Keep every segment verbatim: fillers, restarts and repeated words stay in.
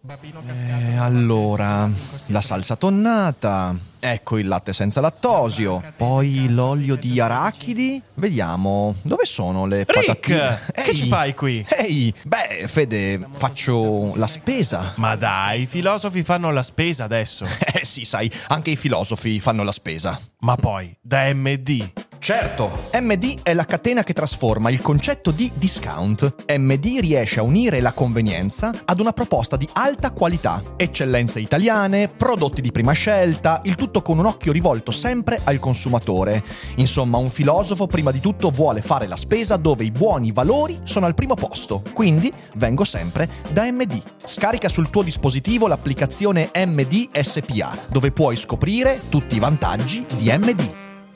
Eh, allora, la salsa tonnata, ecco il latte senza lattosio, poi l'olio di arachidi. Vediamo, dove sono le Rick, patatine? che Ehi, ci fai qui? Ehi, beh, Fede, faccio la spesa. Ma dai, i filosofi fanno la spesa adesso. Eh sì, sai, anche i filosofi fanno la spesa. Ma poi, da M D. Certo, M D è la catena che trasforma il concetto di discount. M D riesce a unire la convenienza ad una proposta di alta qualità, eccellenze italiane, prodotti di prima scelta, il tutto con un occhio rivolto sempre al consumatore. Insomma, un filosofo prima di tutto vuole fare la spesa dove i buoni valori sono al primo posto. Quindi vengo sempre da M D. Scarica sul tuo dispositivo l'applicazione M D S P A, dove puoi scoprire tutti i vantaggi di M D.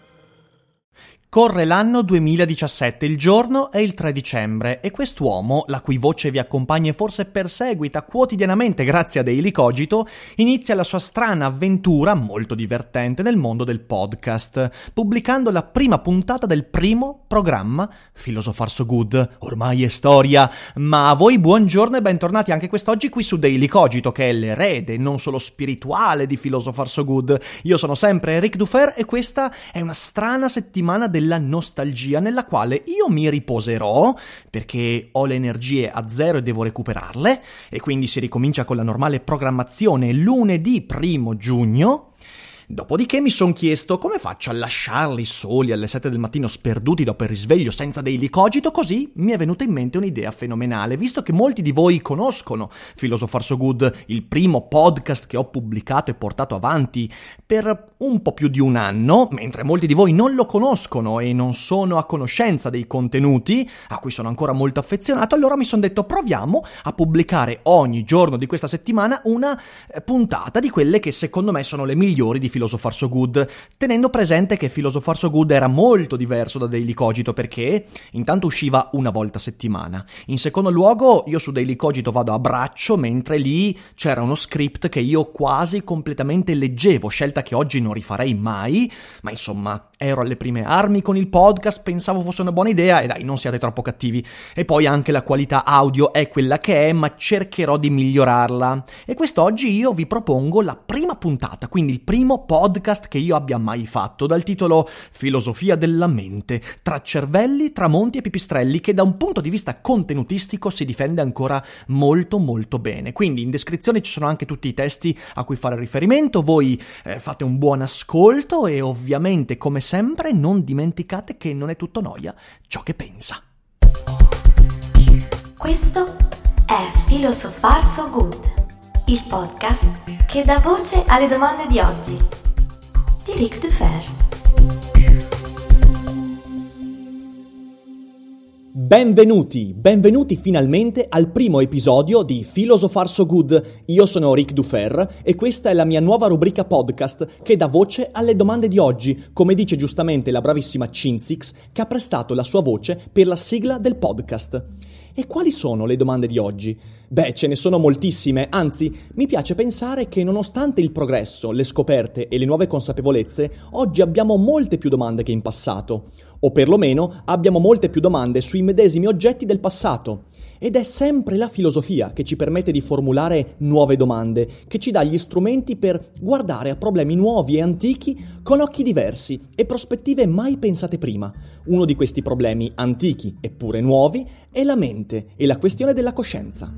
Corre l'anno duemiladiciassette, il giorno è il tre dicembre e quest'uomo, la cui voce vi accompagna e forse perseguita quotidianamente grazie a Daily Cogito, inizia la sua strana avventura molto divertente nel mondo del podcast, pubblicando la prima puntata del primo programma Philosopher So Good. Ormai è storia, ma a voi buongiorno e bentornati anche quest'oggi qui su Daily Cogito, che è l'erede non solo spirituale di Philosopher So Good. Io sono sempre Rick Dufer e questa è una strana settimana del della nostalgia nella quale io mi riposerò perché ho le energie a zero e devo recuperarle, e quindi si ricomincia con la normale programmazione lunedì primo giugno. Dopodiché mi son chiesto come faccio a lasciarli soli alle sette del mattino sperduti dopo il risveglio senza Daily Cogito. Così mi è venuta in mente un'idea fenomenale, visto che molti di voi conoscono Philosopher So Good, il primo podcast che ho pubblicato e portato avanti per un po' più di un anno, mentre molti di voi non lo conoscono e non sono a conoscenza dei contenuti a cui sono ancora molto affezionato. Allora mi son detto, proviamo a pubblicare ogni giorno di questa settimana una puntata di quelle che secondo me sono le migliori di Philosopher So Good, tenendo presente che Philosopher So Good era molto diverso da Daily Cogito perché intanto usciva una volta a settimana. In secondo luogo, io su Daily Cogito vado a braccio, mentre lì c'era uno script che io quasi completamente leggevo, scelta che oggi non rifarei mai, ma insomma ero alle prime armi con il podcast, pensavo fosse una buona idea e dai, non siate troppo cattivi. E poi anche la qualità audio è quella che è, ma cercherò di migliorarla. E quest'oggi io vi propongo la prima puntata, quindi il primo podcast che io abbia mai fatto, dal titolo Filosofia della mente, tra cervelli, tramonti e pipistrelli, che da un punto di vista contenutistico si difende ancora molto molto bene. Quindi in descrizione ci sono anche tutti i testi a cui fare riferimento, voi eh, fate un buon ascolto e ovviamente come sempre non dimenticate che non è tutto noia ciò che pensa. Questo è Philosopher So Good, il podcast che dà voce alle domande di oggi di Rick Dufer. Benvenuti, benvenuti finalmente al primo episodio di Philosopher So Good. Io sono Rick Dufer e questa è la mia nuova rubrica podcast che dà voce alle domande di oggi, come dice giustamente la bravissima Cinzix che ha prestato la sua voce per la sigla del podcast. E quali sono le domande di oggi? Beh, ce ne sono moltissime, anzi, mi piace pensare che nonostante il progresso, le scoperte e le nuove consapevolezze, oggi abbiamo molte più domande che in passato, o perlomeno abbiamo molte più domande sui medesimi oggetti del passato. Ed è sempre la filosofia che ci permette di formulare nuove domande, che ci dà gli strumenti per guardare a problemi nuovi e antichi con occhi diversi e prospettive mai pensate prima. Uno di questi problemi antichi eppure nuovi è la mente e la questione della coscienza.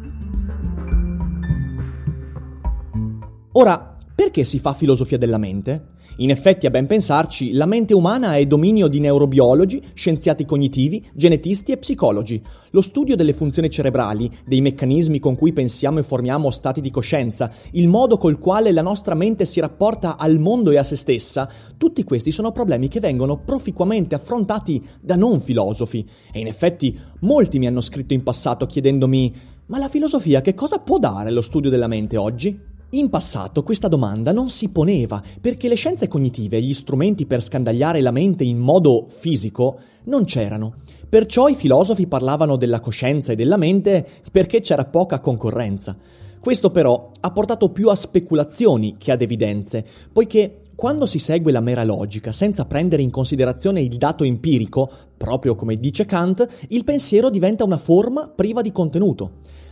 Ora, perché si fa filosofia della mente? In effetti, a ben pensarci, la mente umana è dominio di neurobiologi, scienziati cognitivi, genetisti e psicologi. Lo studio delle funzioni cerebrali, dei meccanismi con cui pensiamo e formiamo stati di coscienza, il modo col quale la nostra mente si rapporta al mondo e a se stessa, tutti questi sono problemi che vengono proficuamente affrontati da non filosofi. E in effetti, molti mi hanno scritto in passato chiedendomi: ma la filosofia che cosa può dare allo studio della mente oggi? In passato questa domanda non si poneva perché le scienze cognitive e gli strumenti per scandagliare la mente in modo fisico non c'erano. Perciò i filosofi parlavano della coscienza e della mente perché c'era poca concorrenza. Questo però ha portato più a speculazioni che ad evidenze, poiché quando si segue la mera logica senza prendere in considerazione il dato empirico, proprio come dice Kant, il pensiero diventa una forma priva di contenuto.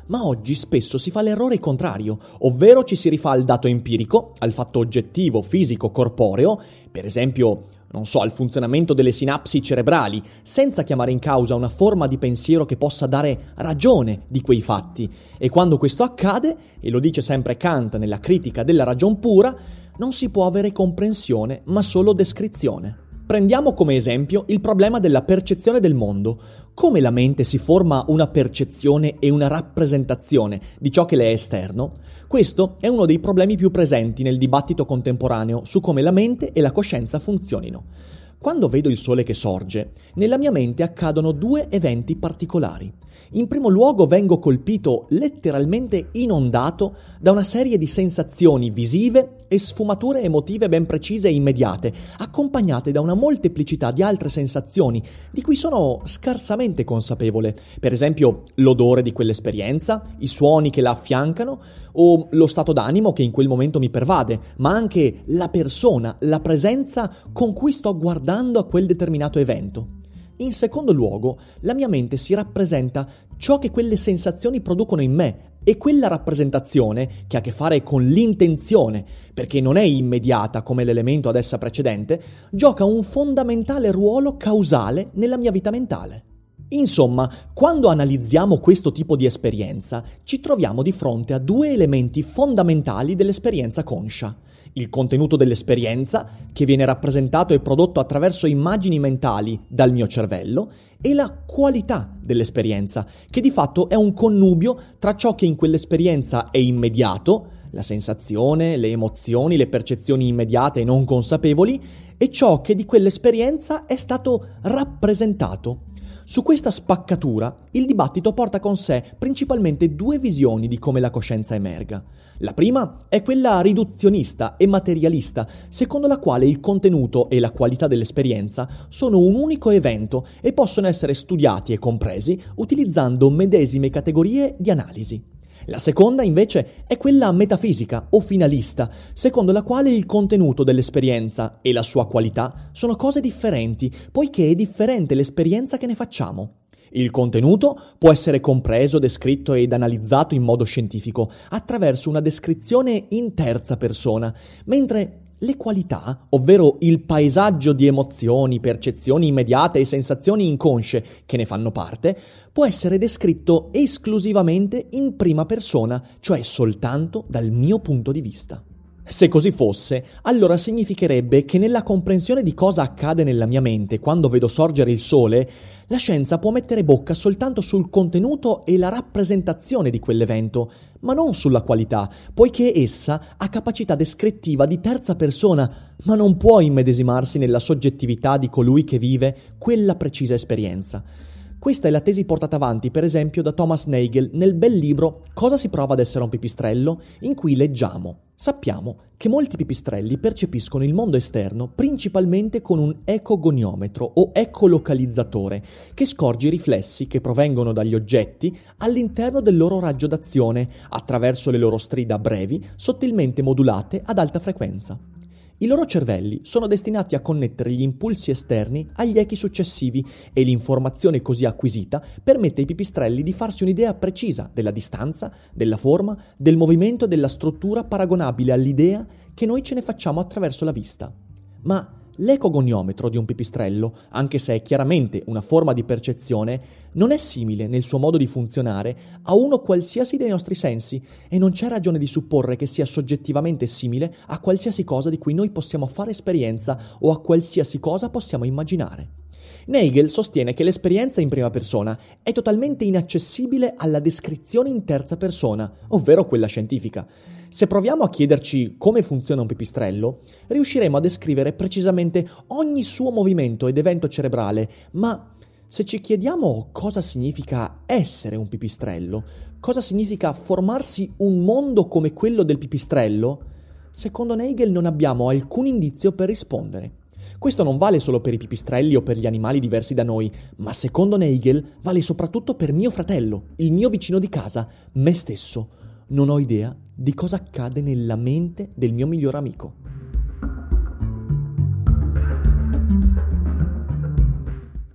Ma oggi spesso si fa l'errore contrario, ovvero ci si rifà al dato empirico, al fatto oggettivo, fisico, corporeo, per esempio, non so, al funzionamento delle sinapsi cerebrali, senza chiamare in causa una forma di pensiero che possa dare ragione di quei fatti. E quando questo accade, e lo dice sempre Kant nella Critica della ragion pura, non si può avere comprensione, ma solo descrizione. Prendiamo come esempio il problema della percezione del mondo. Come la mente si forma una percezione e una rappresentazione di ciò che le è esterno? Questo è uno dei problemi più presenti nel dibattito contemporaneo su come la mente e la coscienza funzionino. Quando vedo il sole che sorge, nella mia mente accadono due eventi particolari. In primo luogo vengo colpito, letteralmente inondato, da una serie di sensazioni visive e sfumature emotive ben precise e immediate, accompagnate da una molteplicità di altre sensazioni di cui sono scarsamente consapevole. Per esempio l'odore di quell'esperienza, i suoni che la affiancano o lo stato d'animo che in quel momento mi pervade, ma anche la persona, la presenza con cui sto guardando a quel determinato evento. In secondo luogo, la mia mente si rappresenta ciò che quelle sensazioni producono in me e quella rappresentazione, che ha a che fare con l'intenzione, perché non è immediata come l'elemento ad essa precedente, gioca un fondamentale ruolo causale nella mia vita mentale. Insomma, quando analizziamo questo tipo di esperienza, ci troviamo di fronte a due elementi fondamentali dell'esperienza conscia. Il contenuto dell'esperienza, che viene rappresentato e prodotto attraverso immagini mentali dal mio cervello, e la qualità dell'esperienza, che di fatto è un connubio tra ciò che in quell'esperienza è immediato, la sensazione, le emozioni, le percezioni immediate e non consapevoli, e ciò che di quell'esperienza è stato rappresentato. Su questa spaccatura, il dibattito porta con sé principalmente due visioni di come la coscienza emerga. La prima è quella riduzionista e materialista, secondo la quale il contenuto e la qualità dell'esperienza sono un unico evento e possono essere studiati e compresi utilizzando medesime categorie di analisi. La seconda, invece, è quella metafisica o finalista, secondo la quale il contenuto dell'esperienza e la sua qualità sono cose differenti, poiché è differente l'esperienza che ne facciamo. Il contenuto può essere compreso, descritto ed analizzato in modo scientifico attraverso una descrizione in terza persona, mentre le qualità, ovvero il paesaggio di emozioni, percezioni immediate e sensazioni inconsce che ne fanno parte, può essere descritto esclusivamente in prima persona, cioè soltanto dal mio punto di vista. Se così fosse, allora significherebbe che nella comprensione di cosa accade nella mia mente quando vedo sorgere il sole, la scienza può mettere bocca soltanto sul contenuto e la rappresentazione di quell'evento, ma non sulla qualità, poiché essa ha capacità descrittiva di terza persona, ma non può immedesimarsi nella soggettività di colui che vive quella precisa esperienza. Questa è la tesi portata avanti, per esempio, da Thomas Nagel nel bel libro Cosa si prova ad essere un pipistrello?, in cui leggiamo: sappiamo che molti pipistrelli percepiscono il mondo esterno principalmente con un ecogoniometro o ecolocalizzatore che scorge i riflessi che provengono dagli oggetti all'interno del loro raggio d'azione attraverso le loro strida brevi sottilmente modulate ad alta frequenza. I loro cervelli sono destinati a connettere gli impulsi esterni agli echi successivi e l'informazione così acquisita permette ai pipistrelli di farsi un'idea precisa della distanza, della forma, del movimento e della struttura paragonabile all'idea che noi ce ne facciamo attraverso la vista. Ma l'ecogoniometro di un pipistrello, anche se è chiaramente una forma di percezione, non è simile nel suo modo di funzionare a uno qualsiasi dei nostri sensi e non c'è ragione di supporre che sia soggettivamente simile a qualsiasi cosa di cui noi possiamo fare esperienza o a qualsiasi cosa possiamo immaginare. Nagel sostiene che l'esperienza in prima persona è totalmente inaccessibile alla descrizione in terza persona, ovvero quella scientifica. Se proviamo a chiederci come funziona un pipistrello, riusciremo a descrivere precisamente ogni suo movimento ed evento cerebrale, ma se ci chiediamo cosa significa essere un pipistrello, cosa significa formarsi un mondo come quello del pipistrello, secondo Nagel non abbiamo alcun indizio per rispondere. Questo non vale solo per i pipistrelli o per gli animali diversi da noi, ma secondo Nagel vale soprattutto per mio fratello, il mio vicino di casa, me stesso. Non ho idea di cosa accade nella mente del mio miglior amico.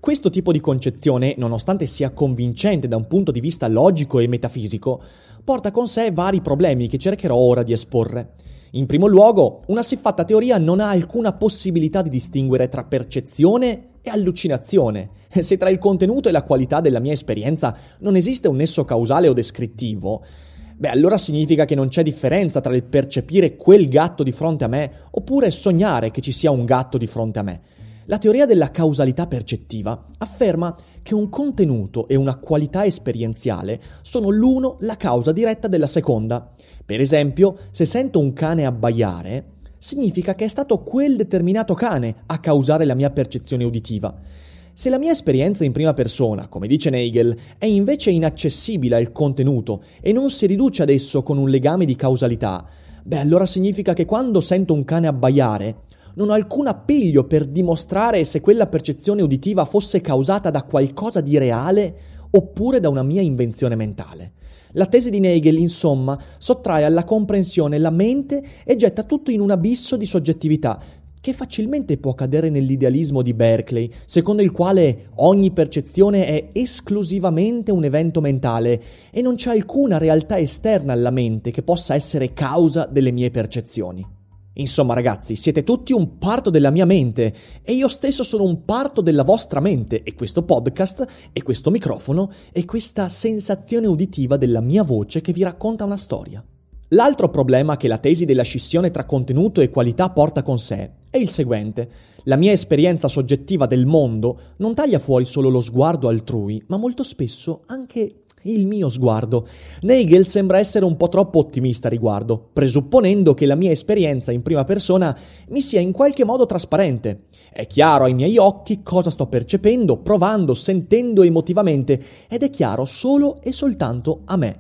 Questo tipo di concezione, nonostante sia convincente da un punto di vista logico e metafisico, porta con sé vari problemi che cercherò ora di esporre. In primo luogo, una siffatta teoria non ha alcuna possibilità di distinguere tra percezione e allucinazione. Se tra il contenuto e la qualità della mia esperienza non esiste un nesso causale o descrittivo, beh, allora significa che non c'è differenza tra il percepire quel gatto di fronte a me oppure sognare che ci sia un gatto di fronte a me. La teoria della causalità percettiva afferma che un contenuto e una qualità esperienziale sono l'uno la causa diretta della seconda. Per esempio, se sento un cane abbaiare, significa che è stato quel determinato cane a causare la mia percezione uditiva. Se la mia esperienza in prima persona, come dice Nagel, è invece inaccessibile al contenuto e non si riduce ad esso con un legame di causalità, beh, allora significa che quando sento un cane abbaiare non ho alcun appiglio per dimostrare se quella percezione uditiva fosse causata da qualcosa di reale oppure da una mia invenzione mentale. La tesi di Nagel, insomma, sottrae alla comprensione la mente e getta tutto in un abisso di soggettività che facilmente può cadere nell'idealismo di Berkeley, secondo il quale ogni percezione è esclusivamente un evento mentale e non c'è alcuna realtà esterna alla mente che possa essere causa delle mie percezioni. Insomma, ragazzi, siete tutti un parto della mia mente e io stesso sono un parto della vostra mente e questo podcast e questo microfono e questa sensazione uditiva della mia voce che vi racconta una storia. L'altro problema che la tesi della scissione tra contenuto e qualità porta con sé è il seguente. La mia esperienza soggettiva del mondo non taglia fuori solo lo sguardo altrui, ma molto spesso anche il mio sguardo. Nagel sembra essere un po' troppo ottimista a riguardo, presupponendo che la mia esperienza in prima persona mi sia in qualche modo trasparente. È chiaro ai miei occhi cosa sto percependo, provando, sentendo emotivamente, ed è chiaro solo e soltanto a me.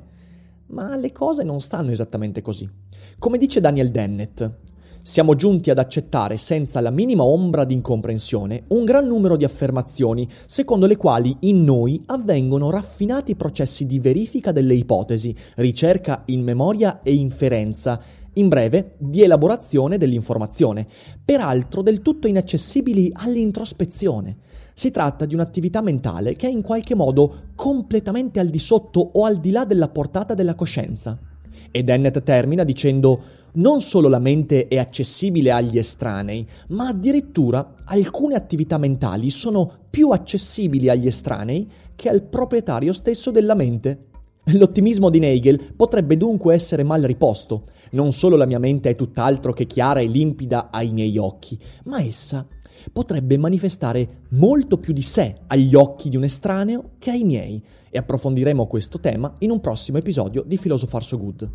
Ma le cose non stanno esattamente così. Come dice Daniel Dennett, siamo giunti ad accettare senza la minima ombra di incomprensione un gran numero di affermazioni secondo le quali in noi avvengono raffinati processi di verifica delle ipotesi, ricerca in memoria e inferenza, in breve, di elaborazione dell'informazione, peraltro del tutto inaccessibili all'introspezione. Si tratta di un'attività mentale che è in qualche modo completamente al di sotto o al di là della portata della coscienza. E Dennett termina dicendo: non solo la mente è accessibile agli estranei, ma addirittura alcune attività mentali sono più accessibili agli estranei che al proprietario stesso della mente. L'ottimismo di Nagel potrebbe dunque essere mal riposto. Non solo la mia mente è tutt'altro che chiara e limpida ai miei occhi, ma essa potrebbe manifestare molto più di sé agli occhi di un estraneo che ai miei, e approfondiremo questo tema in un prossimo episodio di Philosopher So Good.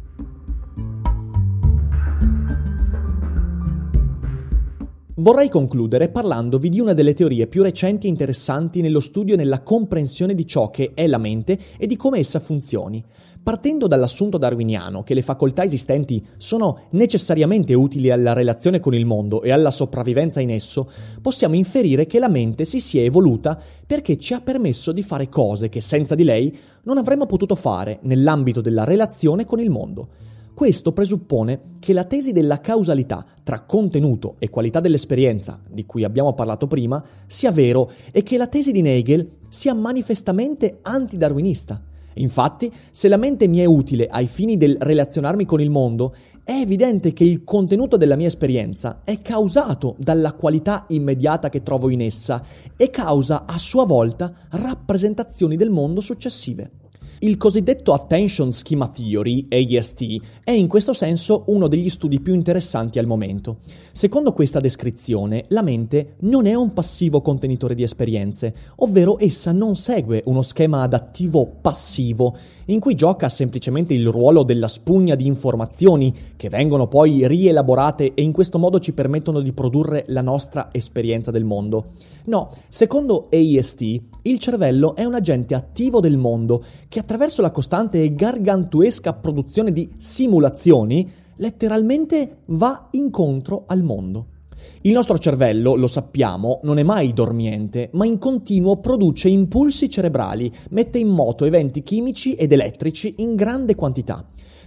Vorrei concludere parlandovi di una delle teorie più recenti e interessanti nello studio e nella comprensione di ciò che è la mente e di come essa funzioni. Partendo dall'assunto darwiniano che le facoltà esistenti sono necessariamente utili alla relazione con il mondo e alla sopravvivenza in esso, possiamo inferire che la mente si sia evoluta perché ci ha permesso di fare cose che senza di lei non avremmo potuto fare nell'ambito della relazione con il mondo. Questo presuppone che la tesi della causalità tra contenuto e qualità dell'esperienza, di cui abbiamo parlato prima, sia vero e che la tesi di Nagel sia manifestamente antidarwinista. Infatti, se la mente mi è utile ai fini del relazionarmi con il mondo, è evidente che il contenuto della mia esperienza è causato dalla qualità immediata che trovo in essa e causa a sua volta rappresentazioni del mondo successive. Il cosiddetto Attention Schema Theory, A E S T, è in questo senso uno degli studi più interessanti al momento. Secondo questa descrizione, la mente non è un passivo contenitore di esperienze, ovvero essa non segue uno schema adattivo passivo, in cui gioca semplicemente il ruolo della spugna di informazioni, che vengono poi rielaborate e in questo modo ci permettono di produrre la nostra esperienza del mondo. No, secondo A E S T, il cervello è un agente attivo del mondo che attraverso la costante e gargantuesca produzione di simulazioni letteralmente va incontro al mondo. Il nostro cervello, lo sappiamo, non è mai dormiente, ma in continuo produce impulsi cerebrali, mette in moto eventi chimici ed elettrici in grande quantità.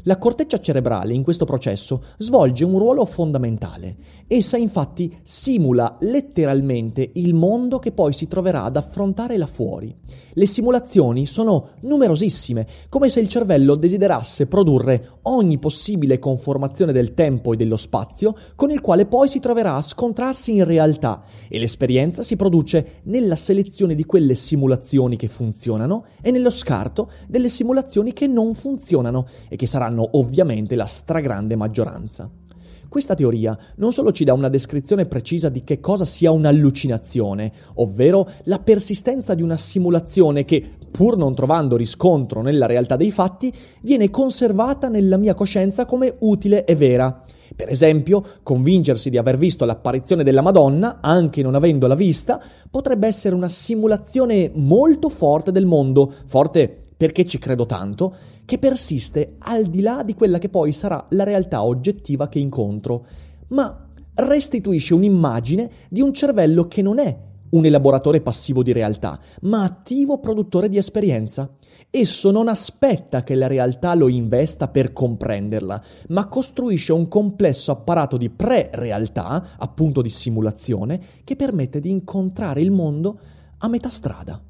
La corteccia cerebrale in questo processo svolge un ruolo fondamentale. Essa infatti simula letteralmente il mondo che poi si troverà ad affrontare là fuori. Le simulazioni sono numerosissime, come se il cervello desiderasse produrre ogni possibile conformazione del tempo e dello spazio con il quale poi si troverà a scontrarsi in realtà, e l'esperienza si produce nella selezione di quelle simulazioni che funzionano e nello scarto delle simulazioni che non funzionano e che saranno ovviamente la stragrande maggioranza. Questa teoria non solo ci dà una descrizione precisa di che cosa sia un'allucinazione, ovvero la persistenza di una simulazione che, pur non trovando riscontro nella realtà dei fatti, viene conservata nella mia coscienza come utile e vera. Per esempio, convincersi di aver visto l'apparizione della Madonna, anche non avendola vista, potrebbe essere una simulazione molto forte del mondo, forte perché ci credo tanto, che persiste al di là di quella che poi sarà la realtà oggettiva che incontro, ma restituisce un'immagine di un cervello che non è un elaboratore passivo di realtà, ma attivo produttore di esperienza. Esso non aspetta che la realtà lo investa per comprenderla, ma costruisce un complesso apparato di pre-realtà, appunto di simulazione, che permette di incontrare il mondo a metà strada.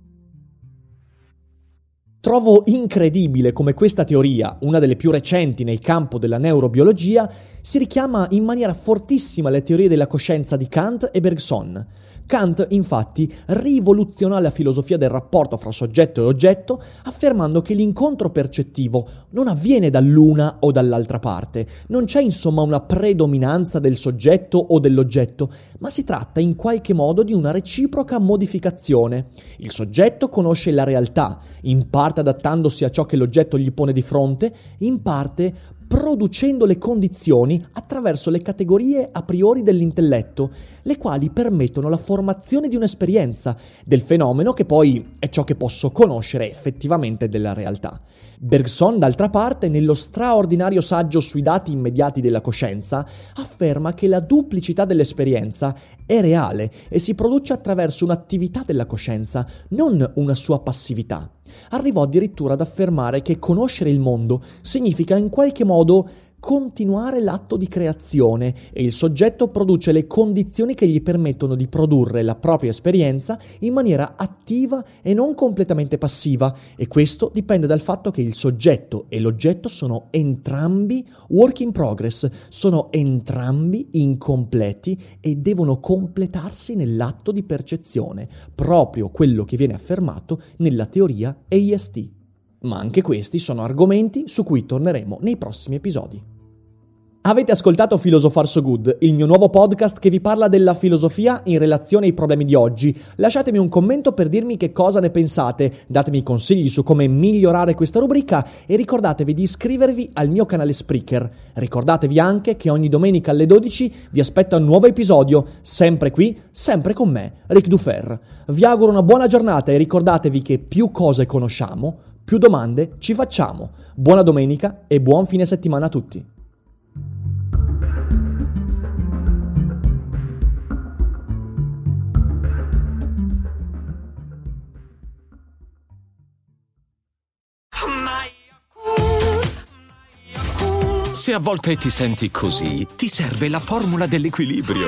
Trovo incredibile come questa teoria, una delle più recenti nel campo della neurobiologia, si richiama in maniera fortissima alle teorie della coscienza di Kant e Bergson. Kant, infatti, rivoluzionò la filosofia del rapporto fra soggetto e oggetto, affermando che l'incontro percettivo non avviene dall'una o dall'altra parte. Non c'è insomma una predominanza del soggetto o dell'oggetto, ma si tratta in qualche modo di una reciproca modificazione. Il soggetto conosce la realtà, in parte adattandosi a ciò che l'oggetto gli pone di fronte, in parte producendo le condizioni attraverso le categorie a priori dell'intelletto, le quali permettono la formazione di un'esperienza del fenomeno che poi è ciò che posso conoscere effettivamente della realtà. Bergson, d'altra parte, nello straordinario saggio sui dati immediati della coscienza, afferma che la duplicità dell'esperienza è reale e si produce attraverso un'attività della coscienza, non una sua passività. Arrivò addirittura ad affermare che conoscere il mondo significa in qualche modo continuare l'atto di creazione e il soggetto produce le condizioni che gli permettono di produrre la propria esperienza in maniera attiva e non completamente passiva, e questo dipende dal fatto che il soggetto e l'oggetto sono entrambi work in progress, sono entrambi incompleti e devono completarsi nell'atto di percezione, proprio quello che viene affermato nella teoria A I S T. Ma anche questi sono argomenti su cui torneremo nei prossimi episodi. Avete ascoltato Philosopher So Good, il mio nuovo podcast che vi parla della filosofia in relazione ai problemi di oggi. Lasciatemi un commento per dirmi che cosa ne pensate, datemi consigli su come migliorare questa rubrica e ricordatevi di iscrivervi al mio canale Spreaker. Ricordatevi anche che ogni domenica alle dodici vi aspetta un nuovo episodio, sempre qui, sempre con me, Ric Dufer. Vi auguro una buona giornata e ricordatevi che più cose conosciamo, più domande ci facciamo. Buona domenica e buon fine settimana a tutti. Se a volte ti senti così, ti serve la formula dell'equilibrio.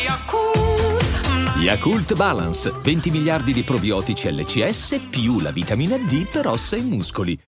Yakult Balance, venti miliardi di probiotici L C S più la vitamina D per ossa e muscoli.